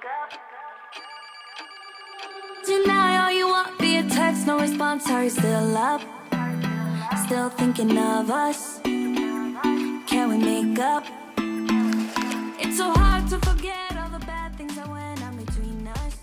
Tonight all you want via text, no response, are you still up? Still thinking of us? Can we make up? It's so hard to forget all the bad things that went on between us.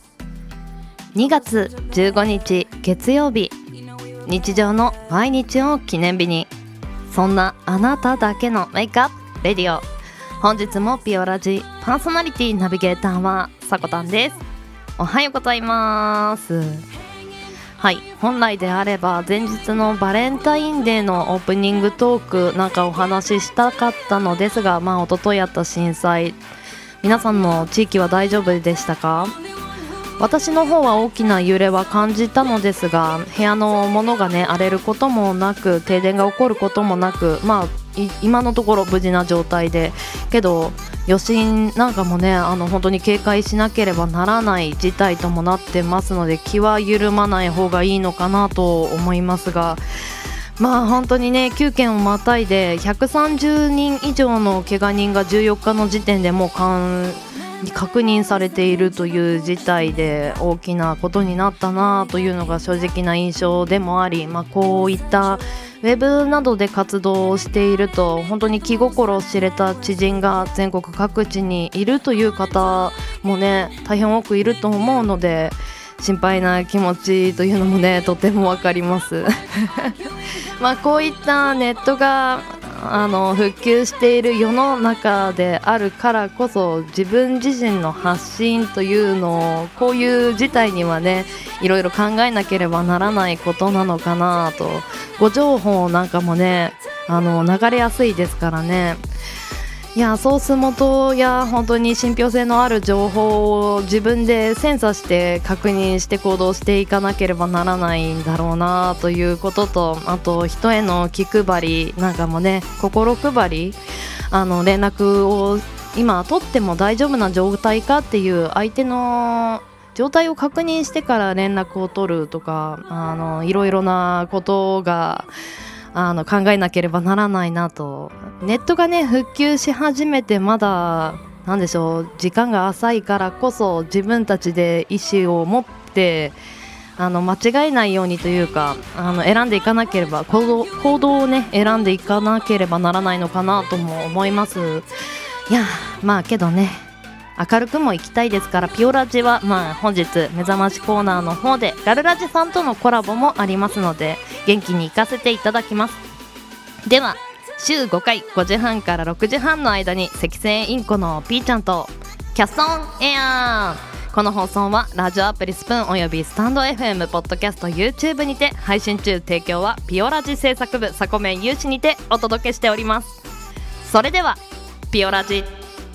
2月15日月曜日、日常の毎日を記念日に、そんなあなただけのメイクアップレディオ。本日もピオラジパーソナリティナビゲーターはさこたんです。おはようございます。はい、本来であれば前日のバレンタインデーのオープニングトークなんかお話ししたかったのですが、一昨日やった震災、皆さんの地域は大丈夫でしたか？私の方は大きな揺れは感じたのですが、部屋のものがね荒れることもなく、停電が起こることもなく、今のところ無事な状態で、けど余震なんかもね本当に警戒しなければならない事態ともなってますので、気は緩まない方がいいのかなと思いますが、本当にね9県をまたいで130人以上の怪我人が14日の時点でもう確認されているという事態で、大きなことになったなというのが正直な印象でもあり、こういったウェブなどで活動をしていると、本当に気心を知れた知人が全国各地にいるという方もね大変多くいると思うので、心配な気持ちというのもねとてもわかりますこういったネットが普及している世の中であるからこそ、自分自身の発信というのをこういう事態にはねいろいろ考えなければならないことなのかなと。ご情報なんかもね流れやすいですからね。いや、ソース元や本当に信憑性のある情報を自分で精査して確認して行動していかなければならないんだろうなということと、あと人への気配りなんかもね、心配り、連絡を今取っても大丈夫な状態かっていう相手の状態を確認してから連絡を取るとか、いろいろなことが考えなければならないなと。ネットがね復旧し始めてまだ時間が浅いからこそ、自分たちで意思を持って間違えないようにというか選んでいかなければ、行動をね選んでいかなければならないのかなとも思います。いやけどね明るくもいきたいですから、ピオラジは本日目覚ましコーナーの方でガルラジさんとのコラボもありますので、元気に行かせていただきます。では週5回5時半から6時半の間に赤線インコのピーちゃんとキャストオンエアー。この放送はラジオアプリスプーンおよびスタンド FM、 ポッドキャスト、 YouTube にて配信中。提供はピオラジ制作部サコメン有志にてお届けしております。それではピオラジ、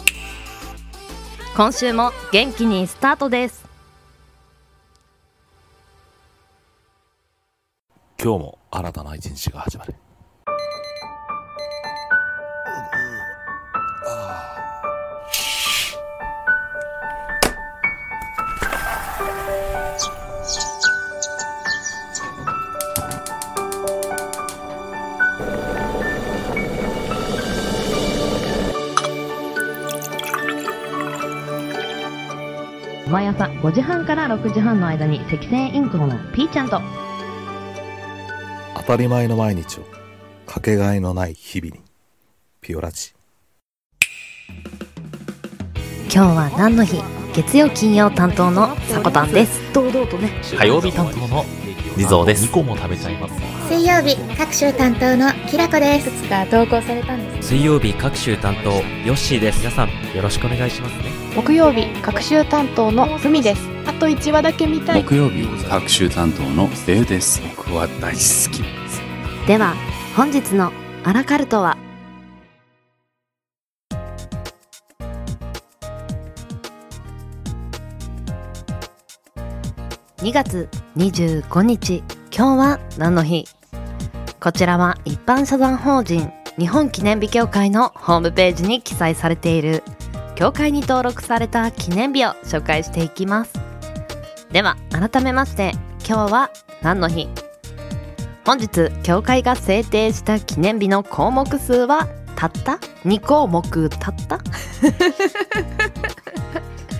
今週も元気にスタートです。 今日も新たな一日が始まる。 毎朝5時半から6時半の間に赤線インコのピーちゃんと、 当たり前の毎日をかけがえのない日々に、ピオラジ。 今日は何の日？月曜金曜担当のさこたんです。堂々とね。 火曜日担当のリゾーです。2個も食べちゃいます。 水曜日各週担当のきらこです。 2日投稿されたんです。 水曜日各週担当ヨッシーです。皆さんよろしくお願いしますね。 木曜日各週担当のふみです。あと1話だけ見たい。 木曜日各週担当のデウです。僕は大好きです。 では本日のアラカルトは、2月25日、今日は何の日？こちらは一般社団法人日本記念日協会のホームページに記載されている協会に登録された記念日を紹介していきます。では改めまして、今日は何の日？本日協会が制定した記念日の項目数はたった2項目たった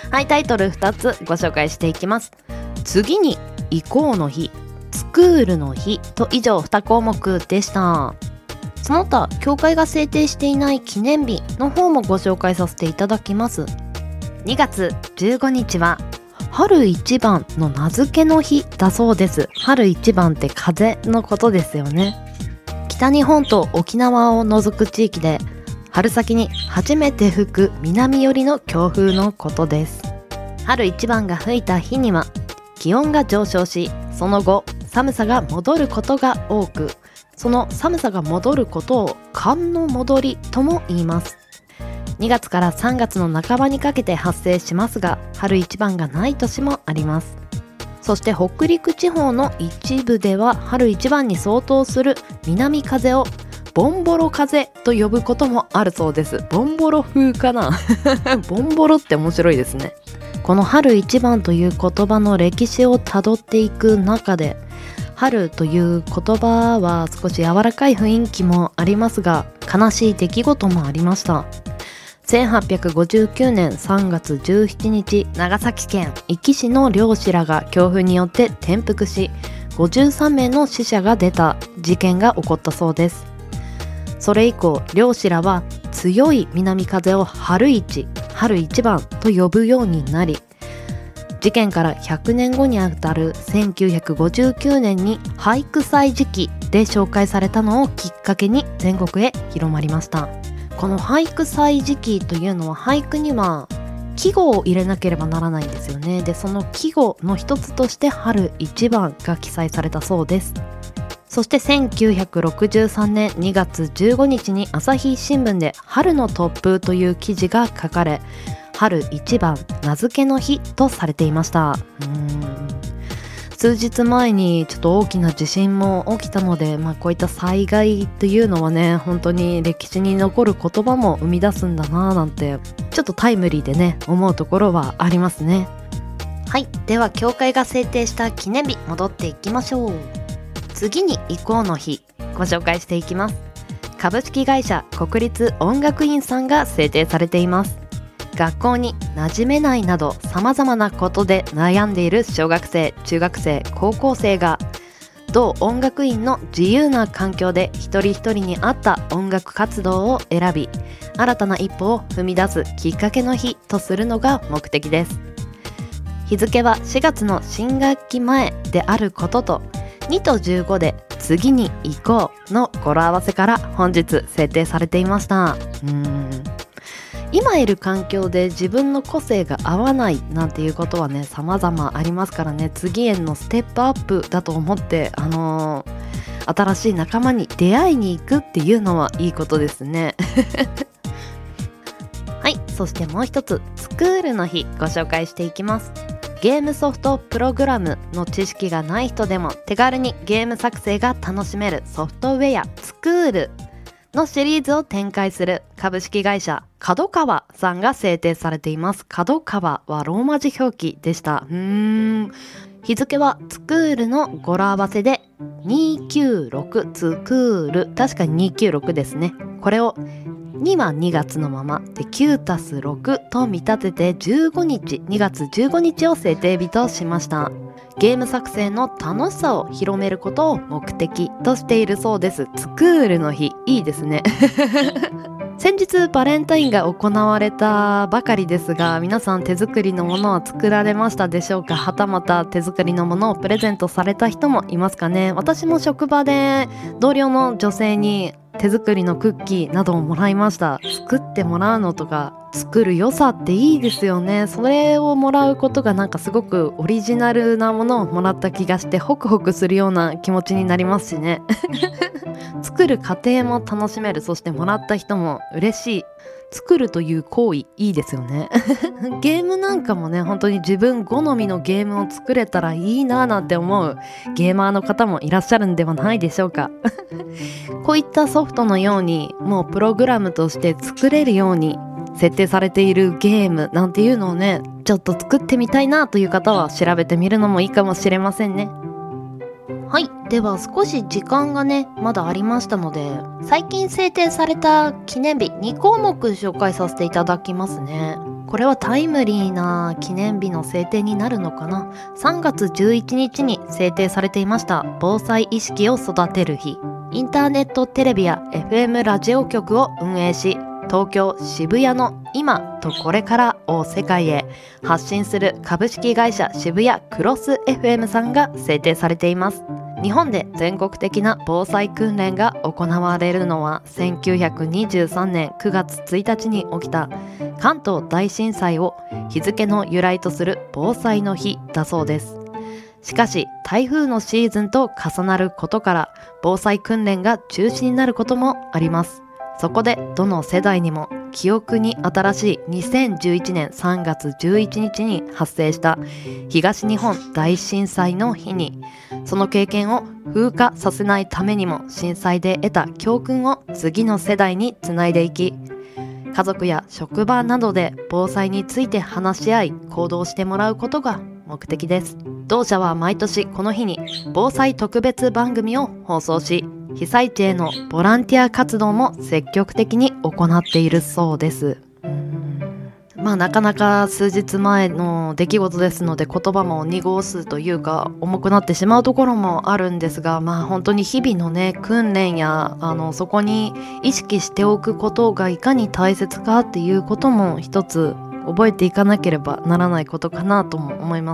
はい、タイトル2つご紹介していきます。次に行こうの日、スクールの日と以上2項目でした。その他協会が制定していない記念日の方もご紹介させていただきます。2月15日は春一番の名付けの日だそうです。春一番って風のことですよね。北日本と沖縄を除く地域で春先に初めて吹く南寄りの強風のことです。春一番が吹いた日には気温が上昇し、その後寒さが戻ることが多く、その寒さが戻ることを寒の戻りとも言います。2月から3月の半ばにかけて発生しますが、春一番がない年もあります。そして北陸地方の一部では春一番に相当する南風をボンボロ風と呼ぶこともあるそうです。ボンボロ風かなボンボロって面白いですね。この春一番という言葉の歴史をたどっていく中で、春という言葉は少し柔らかい雰囲気もありますが、悲しい出来事もありました。1859年3月17日、長崎県壱岐市の漁師らが強風によって転覆し、53名の死者が出た事件が起こったそうです。それ以降、漁師らは強い南風を春一番と呼ぶようになり、事件から100年後にあたる1959年に俳句祭時期で紹介されたのをきっかけに全国へ広まりました。この俳句祭時期というのは、俳句には季語を入れなければならないんですよね。で、その季語の一つとして春一番が記載されたそうです。そして1963年2月15日に朝日新聞で春の突風という記事が書かれ、春一番名付けの日とされていました。数日前にちょっと大きな地震も起きたので、こういった災害というのはね、本当に歴史に残る言葉も生み出すんだなぁなんて、ちょっとタイムリーでね思うところはありますね。はい、では協会が制定した記念日戻っていきましょう。次に行こうの日ご紹介していきます。株式会社国立音楽院さんが制定されています。学校に馴染めないなど様々なことで悩んでいる小学生、中学生、高校生が同音楽院の自由な環境で一人一人に合った音楽活動を選び、新たな一歩を踏み出すきっかけの日とするのが目的です。日付は4月の新学期前であることと、2と15で次に行こうの語呂合わせから本日制定されていました。今いる環境で自分の個性が合わないなんていうことはね、様々ありますからね、次へのステップアップだと思って新しい仲間に出会いに行くっていうのはいいことですねはい、そしてもう一つ、スクールの日ご紹介していきます。ゲームソフトプログラムの知識がない人でも手軽にゲーム作成が楽しめるソフトウェアスクールのシリーズを展開する株式会社角川さんが制定されています。角川はローマ字表記でした。日付はスクールの語呂合わせで296ツクール、確かに296ですね。これを2は2月のままで 9+6 と見立てて2月15日を制定日としました。ゲーム作成の楽しさを広めることを目的としているそうです。スクールの日、いいですね先日バレンタインが行われたばかりですが、皆さん手作りのものは作られましたでしょうか。はたまた手作りのものをプレゼントされた人もいますかね。私も職場で同僚の女性に手作りのクッキーなどをもらいました。作ってもらうのとか作る良さっていいですよね。それをもらうことがなんかすごくオリジナルなものをもらった気がしてホクホクするような気持ちになりますしね作る過程も楽しめる、そしてもらった人も嬉しい。作るという行為いいですよねゲームなんかもね、本当に自分好みのゲームを作れたらいいななんて思うゲーマーの方もいらっしゃるんではないでしょうかこういったソフトのようにもうプログラムとして作れるように設定されているゲームなんていうのをね、ちょっと作ってみたいなという方は調べてみるのもいいかもしれませんね。 はい、では少し時間がねまだありましたので、最近制定された記念日2項目紹介させていただきますね。これはタイムリーな記念日の制定になるのかな。3月11日に制定されていました防災意識を育てる日。インターネットテレビや FM ラジオ局を運営し、東京渋谷の今とこれからを世界へ発信する株式会社渋谷クロス FM さんが制定されています。日本で全国的な防災訓練が行われるのは1923年9月1日に起きた関東大震災を日付の由来とする防災の日だそうです。しかし台風のシーズンと重なることから防災訓練が中止になることもあります。そこでどの世代にも記憶に新しい2011年3月11日に発生した東日本大震災の日に、その経験を風化させないためにも震災で得た教訓を次の世代につないでいき、家族や職場などで防災について話し合い行動してもらうことが目的です。同社は毎年この日に防災特別番組を放送し、被災地へのボランティア活動も積極的に行っているそうです。なかなか数日前の出来事ですので、言葉も濁すというか重くなってしまうところもあるんですが、本当に日々のね訓練やそこに意識しておくことがいかに大切かっていうことも一つ覚えていかなければならないことかなとも思います。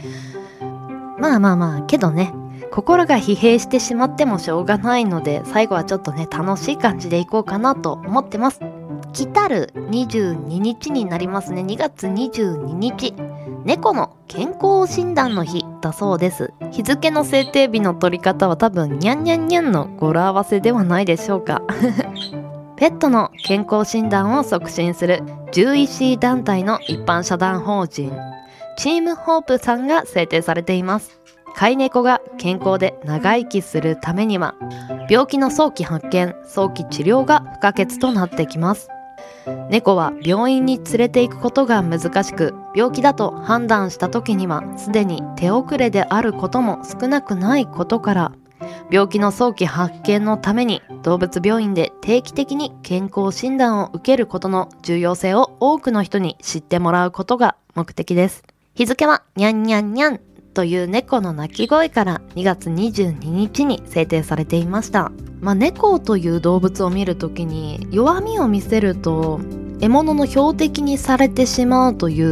けどね、心が疲弊してしまってもしょうがないので、最後はちょっとね楽しい感じでいこうかなと思ってます。来たる22日になりますね。2月22日、猫の健康診断の日だそうです。日付の制定日の取り方は多分にゃんにゃんにゃんの語呂合わせではないでしょうかペットの健康診断を促進する獣医師団体の一般社団法人チームホープさんが制定されています。飼い猫が健康で長生きするためには病気の早期発見、早期治療が不可欠となってきます。猫は病院に連れて行くことが難しく、病気だと判断した時にはすでに手遅れであることも少なくないことから、病気の早期発見のために動物病院で定期的に健康診断を受けることの重要性を多くの人に知ってもらうことが目的です。日付はにゃんにゃんにゃんという猫の鳴き声から2月22日に制定されていました。猫という動物を見るときに弱みを見せると獲物の標的にされてしまうという、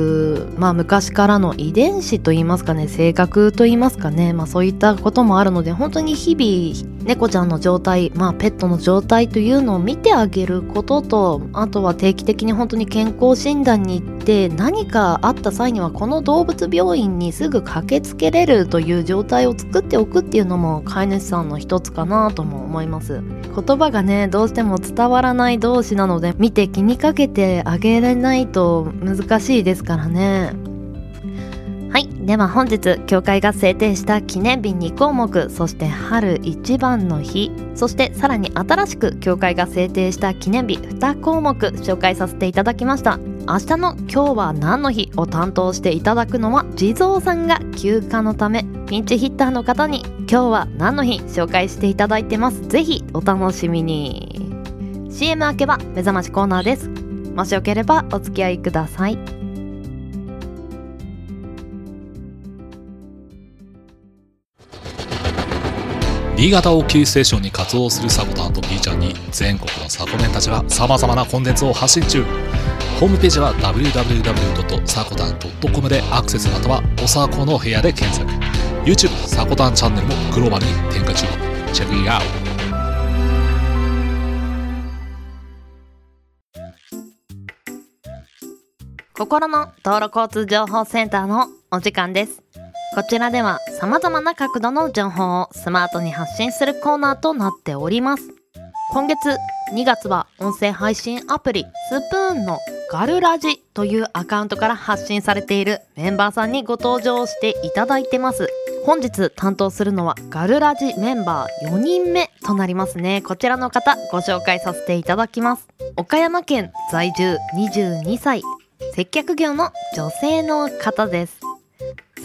昔からの遺伝子といいますかね、性格といいますかね、そういったこともあるので、本当に日々猫ちゃんの状態、ペットの状態というのを見てあげることと、あとは定期的に本当に健康診断に行って、何かあった際にはこの動物病院にすぐ駆けつけれるという状態を作っておくっていうのも飼い主さんの一つかなとも思います。言葉がねどうしても伝わらない同士なので、見て気にかけてあげれないと難しいですからね。はい、では本日協会が制定した記念日2項目、そして春一番の日、そしてさらに新しく協会が制定した記念日2項目紹介させていただきました。明日の今日は何の日を担当していただくのは地蔵さんが休暇のため、ピンチヒッターの方に今日は何の日紹介していただいてます。ぜひお楽しみに。 CM 明けば目覚ましコーナーです。もしよければお付き合いください。 新潟をキーステーションに活動するサコタンと B ちゃんに全国のサコメンたちが様々なコンテンツを発信中。ホームページは www.sakotan.com でアクセス、またはおさこの部屋で検索。 YouTube サコタンチャンネルもグローバルに展開中。チェックイットアウト。 心の道路交通情報センターのお時間です。こちらでは様々な角度の情報をスマートに発信するコーナーとなっております。今月2月は音声配信アプリスプーンのガルラジというアカウントから発信されているメンバーさんにご登場していただいてます。本日担当するのはガルラジメンバー4人目となりますね。こちらの方ご紹介させていただきます。岡山県在住22歳、接客業の女性の方です。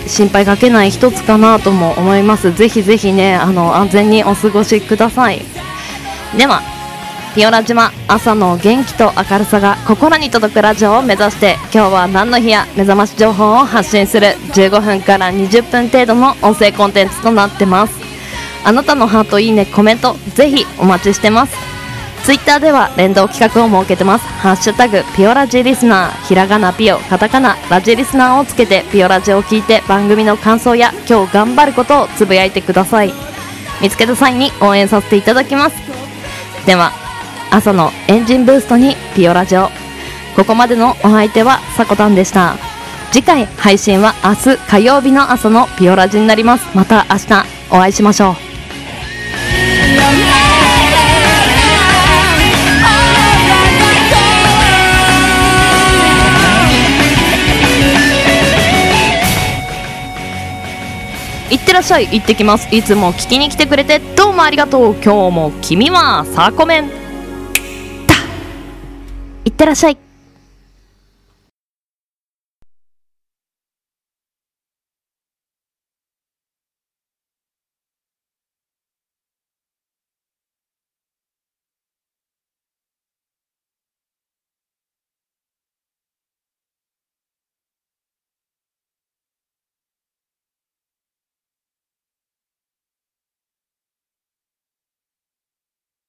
心配かけない一つかなとも思います。ぜひぜひね、安全にお過ごしください。ではピオラ島、朝の元気と明るさが心に届くラジオを目指して、今日は何の日や目覚まし情報を発信する15分から20分程度の音声コンテンツとなってます。あなたのハート、いいね、コメントぜひお待ちしてます。ツイッターでは連動企画を設けてます。ハッシュタグピオラジリスナー、ひらがなピオ、カタカナラジリスナーをつけてピオラジを聞いて番組の感想や今日頑張ることをつぶやいてください。見つけた際に応援させていただきます。では朝のエンジンブーストにピオラジオ。ここまでのお相手はさこたんでした。次回配信は明日火曜日の朝のピオラジになります。また明日お会いしましょう。いってらっしゃい、行ってきます。いつも聞きに来てくれてどうもありがとう。今日も君はサコメンだ。いってらっしゃい。